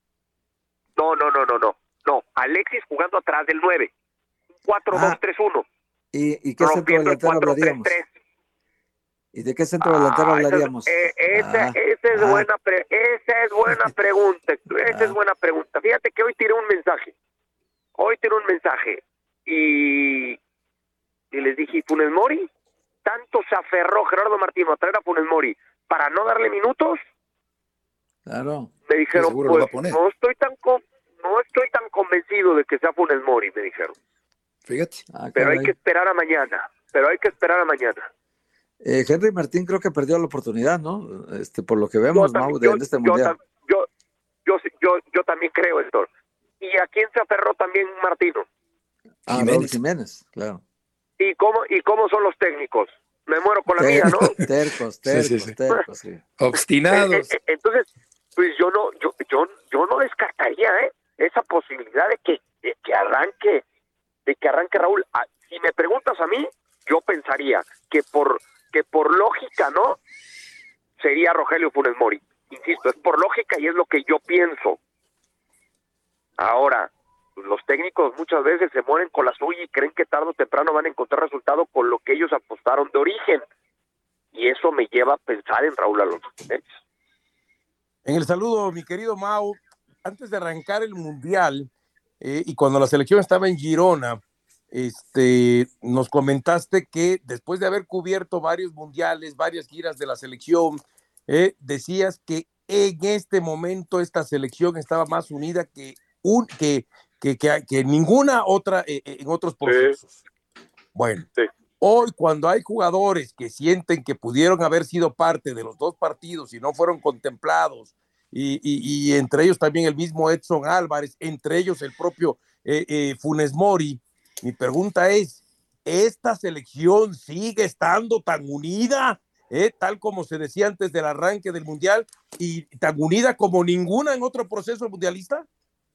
[SPEAKER 7] No, no, no, no, no. No, Alexis jugando atrás del nueve. cuatro dos tres uno.
[SPEAKER 3] ¿Y, y qué centro
[SPEAKER 7] Rompiendo el
[SPEAKER 3] delantero
[SPEAKER 7] cuatro tres
[SPEAKER 3] hablaríamos?
[SPEAKER 7] tres.
[SPEAKER 3] ¿Y de qué centro delantero
[SPEAKER 7] Ah,
[SPEAKER 3] hablaríamos?
[SPEAKER 7] Esa es, eh, esa,
[SPEAKER 3] Ah,
[SPEAKER 7] esa es
[SPEAKER 3] ah.
[SPEAKER 7] buena pre- esa es buena pregunta. Esa
[SPEAKER 3] Ah.
[SPEAKER 7] es buena pregunta. Fíjate que hoy tiré un mensaje. Hoy tiré un mensaje y, y les dije, ¿y Funes Mori? Tanto se aferró Gerardo Martino a traer a Funes Mori para no darle minutos.
[SPEAKER 3] Claro.
[SPEAKER 7] Me dijeron,
[SPEAKER 2] Seguro lo va a
[SPEAKER 7] pues
[SPEAKER 2] poner.
[SPEAKER 7] no estoy tan con- no estoy tan convencido de que sea Funes Mori, me dijeron.
[SPEAKER 2] Fíjate.
[SPEAKER 3] Ah,
[SPEAKER 7] Pero hay
[SPEAKER 3] caray.
[SPEAKER 7] que esperar a mañana. Pero hay que esperar a mañana.
[SPEAKER 3] Eh, Henry Martín creo que perdió la oportunidad, ¿no? Este, por lo que
[SPEAKER 7] Yo
[SPEAKER 3] vemos,
[SPEAKER 7] también-
[SPEAKER 3] Mau, de,
[SPEAKER 7] yo-
[SPEAKER 3] en este
[SPEAKER 7] yo
[SPEAKER 3] mundial.
[SPEAKER 7] tam- yo, yo, yo, yo también creo, Héctor. ¿Y a quién se aferró también Martino?
[SPEAKER 3] Ah,
[SPEAKER 2] Jiménez.
[SPEAKER 3] Raúl Jiménez, claro.
[SPEAKER 7] ¿Y cómo, y cómo son los técnicos? Me muero con la mía, ¿no?
[SPEAKER 3] Tercos, tercos,
[SPEAKER 2] Sí,
[SPEAKER 3] tercos,
[SPEAKER 2] sí, sí.
[SPEAKER 3] tercos, sí.
[SPEAKER 2] Obstinados.
[SPEAKER 7] Eh, eh, Entonces, pues yo no, yo, yo, yo no descartaría, ¿eh? Esa posibilidad de que, de que arranque, de que arranque Raúl. Ah, si me preguntas a mí, yo pensaría que por, que por lógica, ¿no? Sería Rogelio Funes Mori. Insisto, es por lógica y es lo que yo pienso. Ahora, pues, los técnicos muchas veces se mueren con la suya y creen que tarde o temprano van a encontrar resultado con lo que ellos apostaron de origen. Y eso me lleva a pensar en Raúl Alonso. ¿eh?
[SPEAKER 4] En el saludo, mi querido Mau, antes de arrancar el Mundial eh, y cuando la selección estaba en Girona, este, nos comentaste que después de haber cubierto varios mundiales, varias giras de la selección, eh, decías que en este momento esta selección estaba más unida que, un, que, que, que, que ninguna otra eh, en otros procesos. Sí. Bueno, sí. Hoy cuando hay jugadores que sienten que pudieron haber sido parte de los dos partidos y no fueron contemplados, y, y, y entre ellos también el mismo Edson Álvarez, entre ellos el propio eh, eh, Funes Mori, mi pregunta es, ¿esta selección sigue estando tan unida, eh, tal como se decía antes del arranque del Mundial, y tan unida como ninguna en otro proceso mundialista?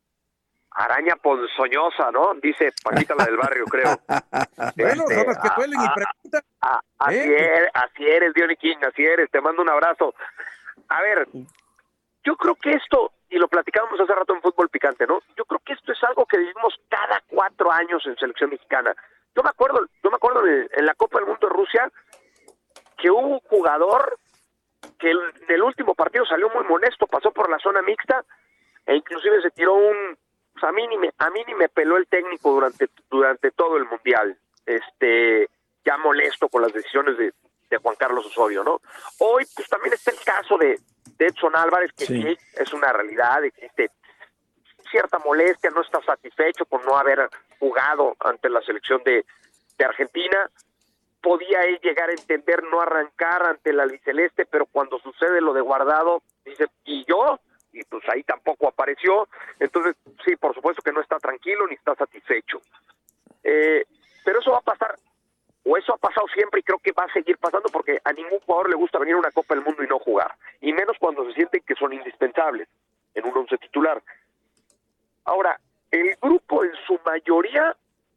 [SPEAKER 7] Araña ponzoñosa, ¿no? Dice Paquita la del barrio, creo.
[SPEAKER 4] Bueno,
[SPEAKER 7] este,
[SPEAKER 4] son las que duelen y preguntan.
[SPEAKER 7] A, a, ¿eh? Así eres, así eres, Diony King, así eres, te mando un abrazo. A ver, yo creo que esto, y lo platicábamos hace rato en Fútbol Picante, ¿no? Yo creo que esto es algo que vivimos cada cuatro años en selección mexicana. Yo me acuerdo, yo me acuerdo en, en la Copa del Mundo de Rusia que hubo un jugador que en el último partido salió muy molesto, pasó por la zona mixta e inclusive se tiró un... Pues a mí ni me, a mí ni me peló el técnico durante, durante todo el Mundial, este, ya molesto con las decisiones de, de Juan Carlos Osorio, ¿no? Hoy, pues también está el caso de, de Edson Álvarez, que sí. sí es una realidad, existe cierta molestia, no está satisfecho por no haber jugado ante la selección de, de Argentina. Podía él llegar a entender no arrancar ante la albiceleste, pero cuando sucede lo de Guardado, dice, ¿y yo? Y pues ahí tampoco apareció. Entonces, sí, por supuesto que no está tranquilo ni está satisfecho. Eh, pero eso va a pasar, o eso ha pasado siempre y creo que va a seguir pasando porque a ningún jugador le gusta venir a una Copa del Mundo y no jugar. Y menos cuando se sienten que son indispensables en un once titular. Ahora, el grupo en su mayoría,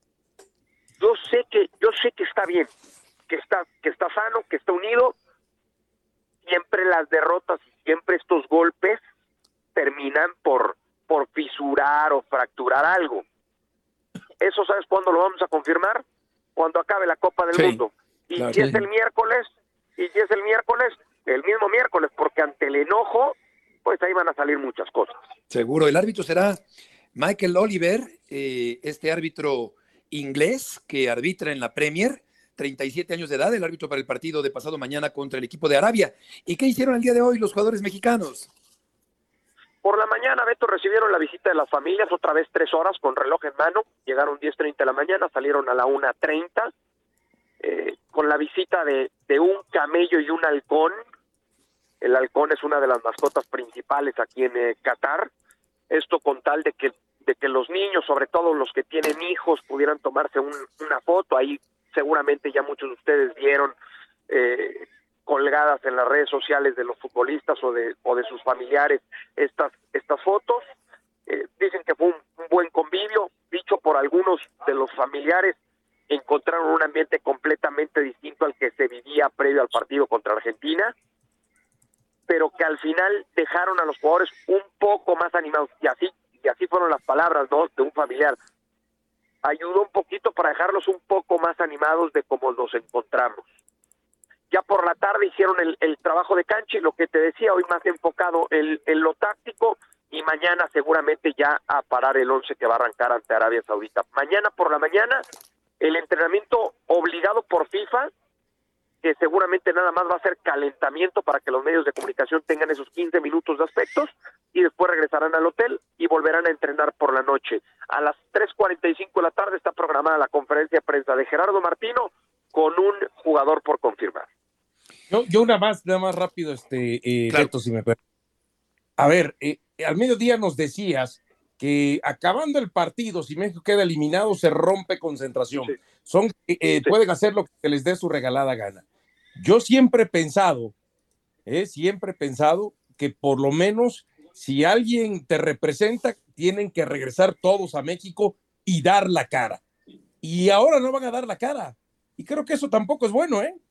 [SPEAKER 7] yo sé que, yo sé que está bien, que está, que está sano, que está unido. Siempre las derrotas y siempre estos golpes terminan por, por fisurar o fracturar algo. ¿Eso sabes cuándo lo vamos a confirmar? Cuando acabe la Copa del sí, Mundo. Y claro, si sí. es el miércoles, y si es el miércoles, el mismo miércoles, porque ante el enojo, pues ahí van a salir muchas cosas.
[SPEAKER 2] Seguro, el árbitro será Michael Oliver, eh, este árbitro inglés que arbitra en la Premier. treinta y siete años de edad, el árbitro para el partido de pasado mañana contra el equipo de Arabia. ¿Y qué hicieron el día de hoy los jugadores mexicanos?
[SPEAKER 7] Por la mañana, Beto, recibieron la visita de las familias, otra vez tres horas con reloj en mano. Llegaron diez treinta de la mañana, salieron a la una treinta, eh, con la visita de, de un camello y un halcón. El halcón es una de las mascotas principales aquí en eh, Qatar. Esto con tal de que de que los niños, sobre todo los que tienen hijos, pudieran tomarse un, una foto. Ahí seguramente ya muchos de ustedes vieron eh, colgadas en las redes sociales de los futbolistas o de o de sus familiares estas estas fotos. Eh, dicen que fue un, un buen convivio. Dicho por algunos de los familiares, encontraron un ambiente completamente distinto al que se vivía previo al partido contra Argentina, pero que al final dejaron a los jugadores un poco más animados, y así y así fueron las palabras, ¿no?, de un familiar. Ayudó un poquito para dejarlos un poco más animados de cómo los encontramos. Ya por la tarde hicieron el, el trabajo de cancha, y lo que te decía, hoy más enfocado en, en lo táctico, y mañana seguramente ya a parar el once que va a arrancar ante Arabia Saudita. Mañana por la mañana, el entrenamiento obligado por FIFA, que seguramente nada más va a ser calentamiento para que los medios de comunicación tengan esos quince minutos de aspectos, y después regresarán al hotel y volverán a entrenar por la noche. A las tres cuarenta y cinco de la tarde está programada la conferencia de prensa de Gerardo Martino con un jugador por confirmar.
[SPEAKER 4] Yo, yo una más, nada más rápido, este, eh,
[SPEAKER 2] Claro.
[SPEAKER 4] Beto, si me puede. A ver, eh, al mediodía nos decías que acabando el partido, si México queda eliminado, se rompe concentración.
[SPEAKER 7] Sí.
[SPEAKER 4] Son, eh,
[SPEAKER 7] Sí.
[SPEAKER 4] Pueden hacer lo que les dé su regalada gana. Yo siempre he pensado, eh, siempre he pensado que por lo menos si alguien te representa, tienen que regresar todos a México y dar la cara. Y ahora no van a dar la cara. Y creo que eso tampoco es bueno, ¿eh?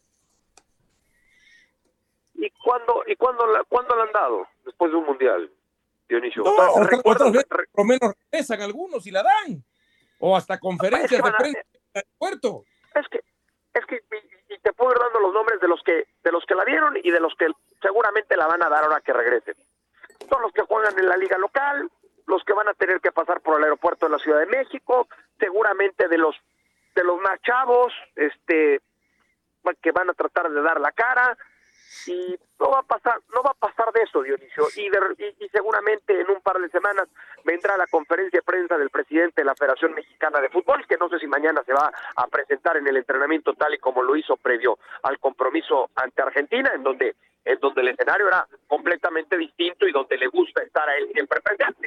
[SPEAKER 7] ¿Y cuándo y cuándo la, cuándo la han dado después de un mundial, Dionisio?
[SPEAKER 4] No,
[SPEAKER 7] Otra-
[SPEAKER 4] otras,
[SPEAKER 7] recuerdo-
[SPEAKER 4] otras veces
[SPEAKER 7] re-
[SPEAKER 4] por lo menos regresan algunos y la dan. O hasta conferencias
[SPEAKER 7] Es que van
[SPEAKER 4] de
[SPEAKER 7] a-
[SPEAKER 4] prensa en el aeropuerto.
[SPEAKER 7] Es que, es que y, y te puedo ir dando los nombres de los que de los que la dieron y de los que seguramente la van a dar ahora que regresen. Son los que juegan en la liga local, los que van a tener que pasar por el aeropuerto de la Ciudad de México, seguramente de los de los más chavos, este, que van a tratar de dar la cara, y no va a pasar, no va a pasar de eso, Dionisio, y, de, y, y seguramente en un par de semanas vendrá la conferencia de prensa del presidente de la Federación Mexicana de Fútbol, que no sé si mañana se va a presentar en el entrenamiento tal y como lo hizo previo al compromiso ante Argentina, en donde, en donde el escenario era completamente distinto y donde le gusta estar a él siempre presente.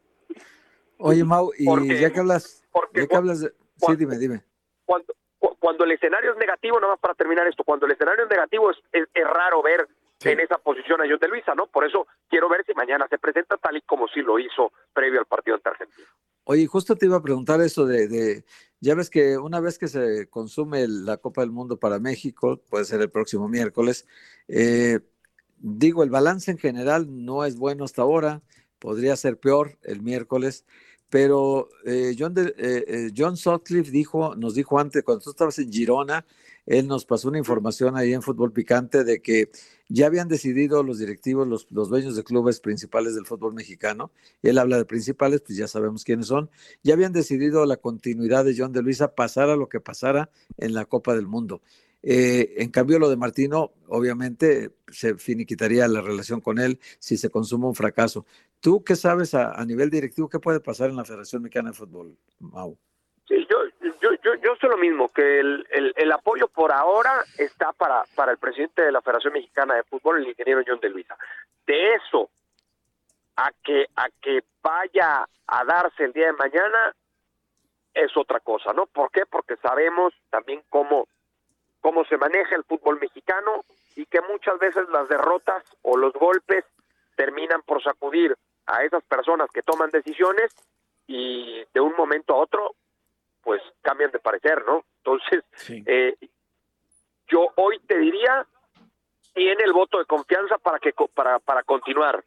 [SPEAKER 3] Oye, Mau, y
[SPEAKER 7] Porque-
[SPEAKER 3] ya que hablas,
[SPEAKER 7] porque
[SPEAKER 3] ya que hablas de... Sí,
[SPEAKER 7] cuando-
[SPEAKER 3] dime, dime.
[SPEAKER 7] Cuando, cu- cuando el escenario es negativo, nada más para terminar esto, cuando el escenario es negativo es, es, es raro ver
[SPEAKER 2] Sí.
[SPEAKER 7] en esa posición a John de Luisa, ¿no? Por eso quiero ver si mañana se presenta tal y como sí lo hizo previo al partido ante Argentina.
[SPEAKER 3] Oye, justo te iba a preguntar eso de, de, ya ves que una vez que se consume el- la Copa del Mundo para México, puede ser el próximo miércoles, eh, digo, el balance en general no es bueno hasta ahora, podría ser peor el miércoles, pero eh, John, de, eh, eh, John Sutcliffe dijo, nos dijo antes, cuando tú estabas en Girona, él nos pasó una información ahí en Fútbol Picante de que ya habían decidido los directivos, los, los dueños de clubes principales del fútbol mexicano, y él habla de principales, pues ya sabemos quiénes son, ya habían decidido la continuidad de John de Luisa, pasara lo que pasara en la Copa del Mundo. Eh, en cambio, lo de Martino, obviamente, se finiquitaría la relación con él si se consuma un fracaso. ¿Tú qué sabes a, a nivel directivo qué puede pasar en la Federación Mexicana de Fútbol, Mau?
[SPEAKER 7] Sí, yo, yo, yo, yo sé lo mismo, que el, el, el apoyo por ahora está para, para el presidente de la Federación Mexicana de Fútbol, el ingeniero John de Luisa. De eso a que, a que vaya a darse el día de mañana es otra cosa, ¿no? ¿Por qué? Porque sabemos también cómo, cómo se maneja el fútbol mexicano y que muchas veces las derrotas o los golpes terminan por sacudir a esas personas que toman decisiones y de un momento a otro pues cambian de parecer, ¿no? Entonces,
[SPEAKER 2] Sí.
[SPEAKER 7] eh, yo hoy te diría, tiene el voto de confianza para que para para continuar.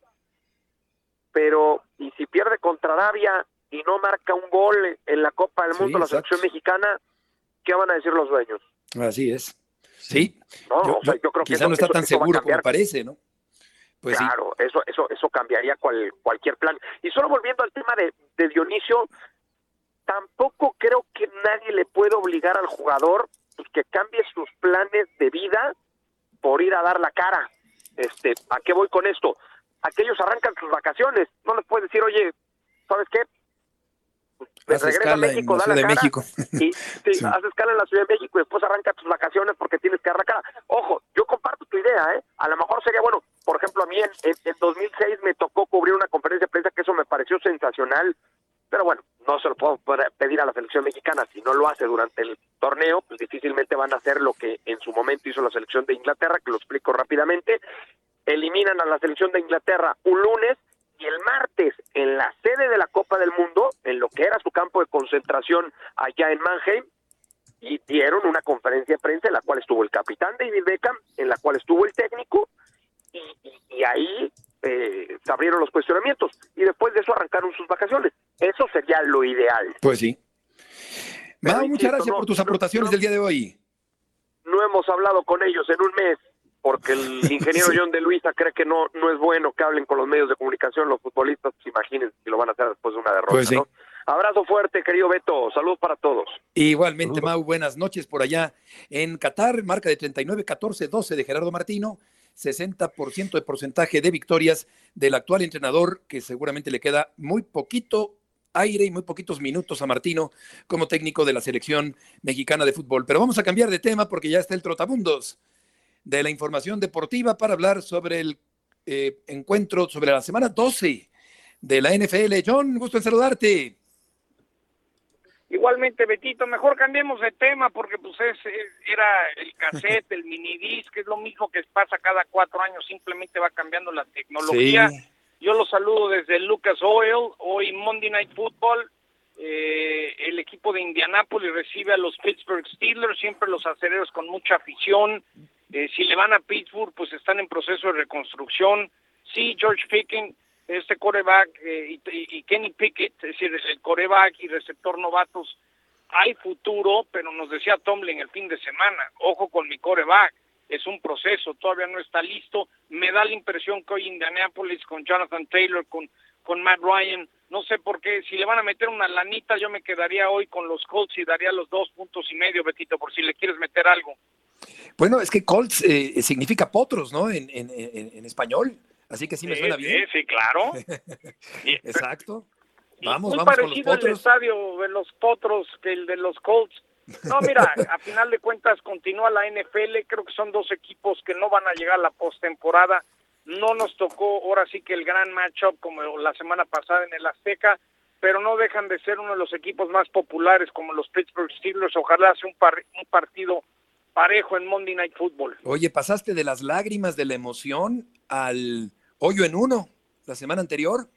[SPEAKER 7] Pero, y si pierde contra Arabia y no marca un gol en la Copa del
[SPEAKER 2] Sí,
[SPEAKER 7] Mundo, la
[SPEAKER 2] exacto.
[SPEAKER 7] selección mexicana, ¿qué van a decir los dueños?
[SPEAKER 2] Así es. Sí.
[SPEAKER 7] ¿No?
[SPEAKER 2] Yo-
[SPEAKER 7] O sea,
[SPEAKER 2] yo-
[SPEAKER 7] yo creo que
[SPEAKER 2] quizá
[SPEAKER 7] eso-
[SPEAKER 2] no está
[SPEAKER 7] eso-
[SPEAKER 2] tan
[SPEAKER 7] eso va a
[SPEAKER 2] seguro como
[SPEAKER 7] cambiar.
[SPEAKER 2] parece, ¿no? Pues
[SPEAKER 7] Claro, eso eso eso cambiaría cual, cualquier plan. Y solo volviendo al tema de, de Dionisio, tampoco creo que nadie le pueda obligar al jugador pues, que cambie sus planes de vida por ir a dar la cara. Este, ¿a qué voy con esto? Aquellos arrancan sus vacaciones, no les puedes decir, oye, ¿sabes qué?
[SPEAKER 2] Haz
[SPEAKER 7] Regresa a México,
[SPEAKER 2] en la
[SPEAKER 7] da
[SPEAKER 2] Ciudad
[SPEAKER 7] la
[SPEAKER 2] de
[SPEAKER 7] cara,
[SPEAKER 2] México.
[SPEAKER 7] y sí, sí. haz escala en la Ciudad de México y después arranca tus vacaciones porque tienes que dar la cara. Ojo, yo comparto tu idea, ¿eh? A lo mejor sería bueno, por ejemplo, a mí en, en, en dos mil seis me tocó cubrir una conferencia de prensa que eso me pareció sensacional, pero bueno, no se lo puedo pedir a la selección mexicana. Si no lo hace durante el torneo, pues difícilmente van a hacer lo que en su momento hizo la selección de Inglaterra, que lo explico rápidamente. Eliminan a la selección de Inglaterra un lunes, y el martes, en la sede de la Copa del Mundo, en lo que era su campo de concentración allá en Mannheim, y dieron una conferencia de prensa en la cual estuvo el capitán David Beckham, en la cual estuvo el técnico, y, y, y ahí eh, se abrieron los cuestionamientos, y después de eso arrancaron sus vacaciones. Eso sería lo ideal.
[SPEAKER 2] Pues sí.
[SPEAKER 7] Pero,
[SPEAKER 2] Mau, muchas
[SPEAKER 7] insisto,
[SPEAKER 2] gracias
[SPEAKER 7] no,
[SPEAKER 2] por tus
[SPEAKER 7] no,
[SPEAKER 2] aportaciones
[SPEAKER 7] no,
[SPEAKER 2] del día de hoy.
[SPEAKER 7] No hemos hablado con ellos en un mes, porque el ingeniero
[SPEAKER 2] Sí.
[SPEAKER 7] John de Luisa cree que no no es bueno que hablen con los medios de comunicación, los futbolistas, pues imagínense si lo van a hacer después de una derrota,
[SPEAKER 2] Pues sí.
[SPEAKER 7] ¿no? Abrazo fuerte, querido Beto, saludos para todos.
[SPEAKER 2] Igualmente, Mau, buenas noches por allá en Qatar, marca de treinta y nueve catorce doce de Gerardo Martino, sesenta por ciento de porcentaje de victorias del actual entrenador, que seguramente le queda muy poquito aire y muy poquitos minutos a Martino como técnico de la selección mexicana de fútbol. Pero vamos a cambiar de tema porque ya está el trotabundos de la información deportiva para hablar sobre el eh, encuentro, sobre la semana doce de la N F L. John, gusto en saludarte.
[SPEAKER 8] Igualmente, Betito, mejor cambiemos de tema porque pues es, es era el cassette, el minidisc, que es lo mismo que pasa cada cuatro años, simplemente va cambiando la tecnología. Sí. Yo los saludo desde Lucas Oil, hoy Monday Night Football, eh, el equipo de Indianápolis recibe a los Pittsburgh Steelers, siempre los acereros con mucha afición. Eh, si le van a Pittsburgh, pues están en proceso de reconstrucción. Sí, George Pickens, este quarterback, eh, y, y Kenny Pickett, es decir, el quarterback y receptor novatos, hay futuro, pero nos decía Tomlin el fin de semana, ojo con mi quarterback, es un proceso, todavía no está listo. Me da la impresión que hoy Indianapolis con Jonathan Taylor, con, con Matt Ryan, no sé por qué, si le van a meter una lanita, yo me quedaría hoy con los Colts y daría los dos puntos y medio, Betito, por si le quieres meter algo.
[SPEAKER 2] Bueno, es que Colts eh, significa potros, ¿no? En, en, en, en español. Así que sí me
[SPEAKER 8] sí,
[SPEAKER 2] suena bien.
[SPEAKER 8] Sí, sí, claro.
[SPEAKER 2] Exacto. Vamos,
[SPEAKER 8] Muy
[SPEAKER 2] vamos
[SPEAKER 8] parecido
[SPEAKER 2] con los potros.
[SPEAKER 8] El estadio de los potros que el de los Colts. No, mira, a final de cuentas continúa la N F L. Creo que son dos equipos que no van a llegar a la postemporada. No nos tocó ahora sí que el gran matchup como la semana pasada en el Azteca, pero no dejan de ser uno de los equipos más populares como los Pittsburgh Steelers. Ojalá sea un, par- un partido parejo en Monday Night Football.
[SPEAKER 2] Oye, pasaste de las lágrimas de la emoción al hoyo en uno la semana anterior.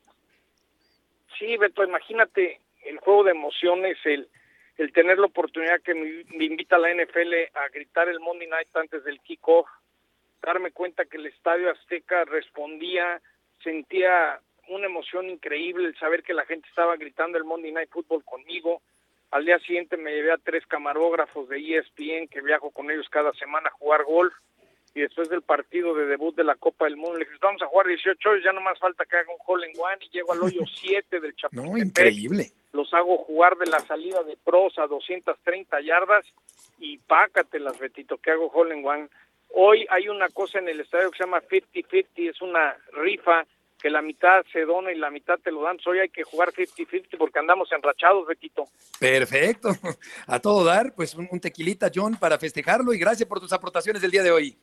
[SPEAKER 8] Sí, Beto, imagínate el juego de emociones, el, el tener la oportunidad que me, me invita a la N F L a gritar el Monday Night antes del kickoff, darme cuenta que el Estadio Azteca respondía, sentía una emoción increíble, el saber que la gente estaba gritando el Monday Night Football conmigo. Al día siguiente me llevé a tres camarógrafos de E S P N, que viajo con ellos cada semana a jugar golf, y después del partido de debut de la Copa del Mundo, le dije, vamos a jugar dieciocho hoyos, ya no más falta que haga un hole in one, y llego al hoyo siete del Chapultepec.
[SPEAKER 2] No, increíble.
[SPEAKER 8] Los hago jugar de la salida de pros a doscientas treinta yardas, y pácatelas, Betito, que hago hole in one. Hoy hay una cosa en el estadio que se llama cincuenta cincuenta, es una rifa que la mitad se dona y la mitad te lo dan. Hoy hay que jugar cincuenta cincuenta porque andamos enrachados, Betito.
[SPEAKER 2] Perfecto. A todo dar, pues un, un tequilita, John, para festejarlo, y gracias por tus aportaciones del día de hoy.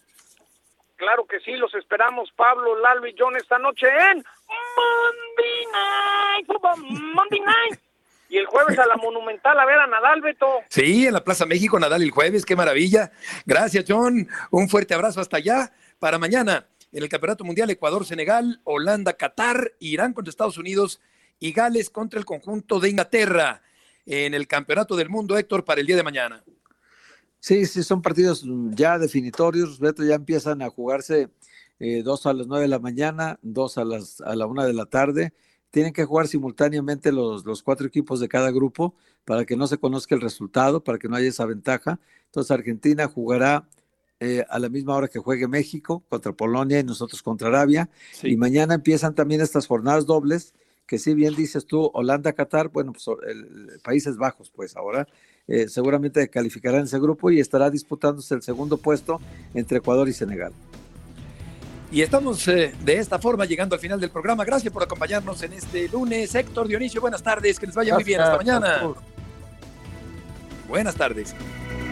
[SPEAKER 8] Claro que sí, los esperamos, Pablo, Lalo y John, esta noche en Monday Night Football, Monday Night. Y el jueves a la Monumental a ver a Nadal, Beto.
[SPEAKER 2] Sí, en la Plaza México, Nadal el jueves, qué maravilla. Gracias, John. Un fuerte abrazo hasta allá. Para mañana, en el Campeonato Mundial, Ecuador, Senegal, Holanda, Qatar, Irán contra Estados Unidos y Gales contra el conjunto de Inglaterra. En el Campeonato del Mundo, Héctor, para el día de mañana.
[SPEAKER 3] Sí, sí, son partidos ya definitorios, Beto, ya empiezan a jugarse eh, dos a las nueve de la mañana, dos a las a la una de la tarde. Tienen que jugar simultáneamente los, los cuatro equipos de cada grupo para que no se conozca el resultado, para que no haya esa ventaja. Entonces Argentina jugará eh, a la misma hora que juegue México contra Polonia y nosotros contra Arabia. Sí. Y mañana empiezan también estas jornadas dobles que si bien dices tú, Holanda, Qatar, bueno, pues el, el Países Bajos, pues ahora eh, seguramente calificará en ese grupo y estará disputándose el segundo puesto entre Ecuador y Senegal.
[SPEAKER 2] Y estamos eh, de esta forma llegando al final del programa. Gracias por acompañarnos en este lunes. Héctor, Dionisio, buenas tardes, que les vaya muy bien. Hasta mañana. Buenas tardes.